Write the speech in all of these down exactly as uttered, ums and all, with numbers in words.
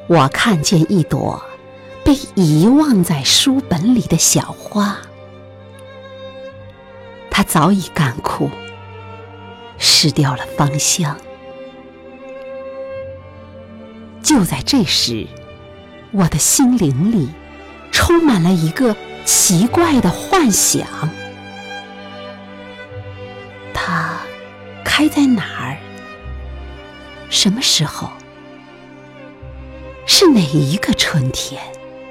我看见一朵被遗忘在书本里的小花，它早已干枯，失掉了芳香。就在这时，我的心灵里充满了一个奇怪的幻想。它开在哪儿？什么时候？是哪一个春天？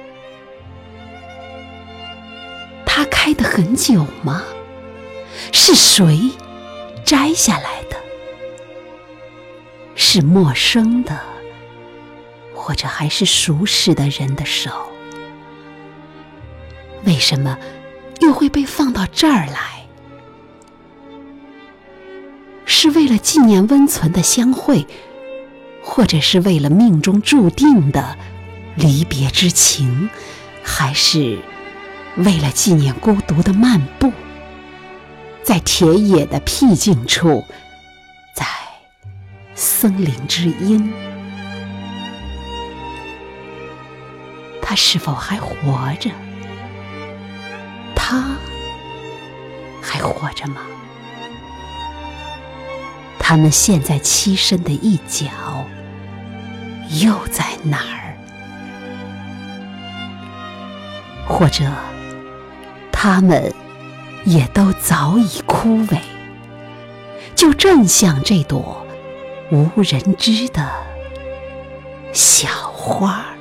它开得很久吗？是谁摘下来的？是陌生的，或者还是熟识的人的手？为什么又会被放到这儿来？是为了纪念温存的相会，或者是为了命中注定的离别之情，还是为了纪念孤独的漫步，在田野的僻静处，在森林之阴？他是否还活着？他还活着吗？他们现在栖身的一角又在哪儿？或者他们也都早已枯萎，就正像这朵无人知的小花。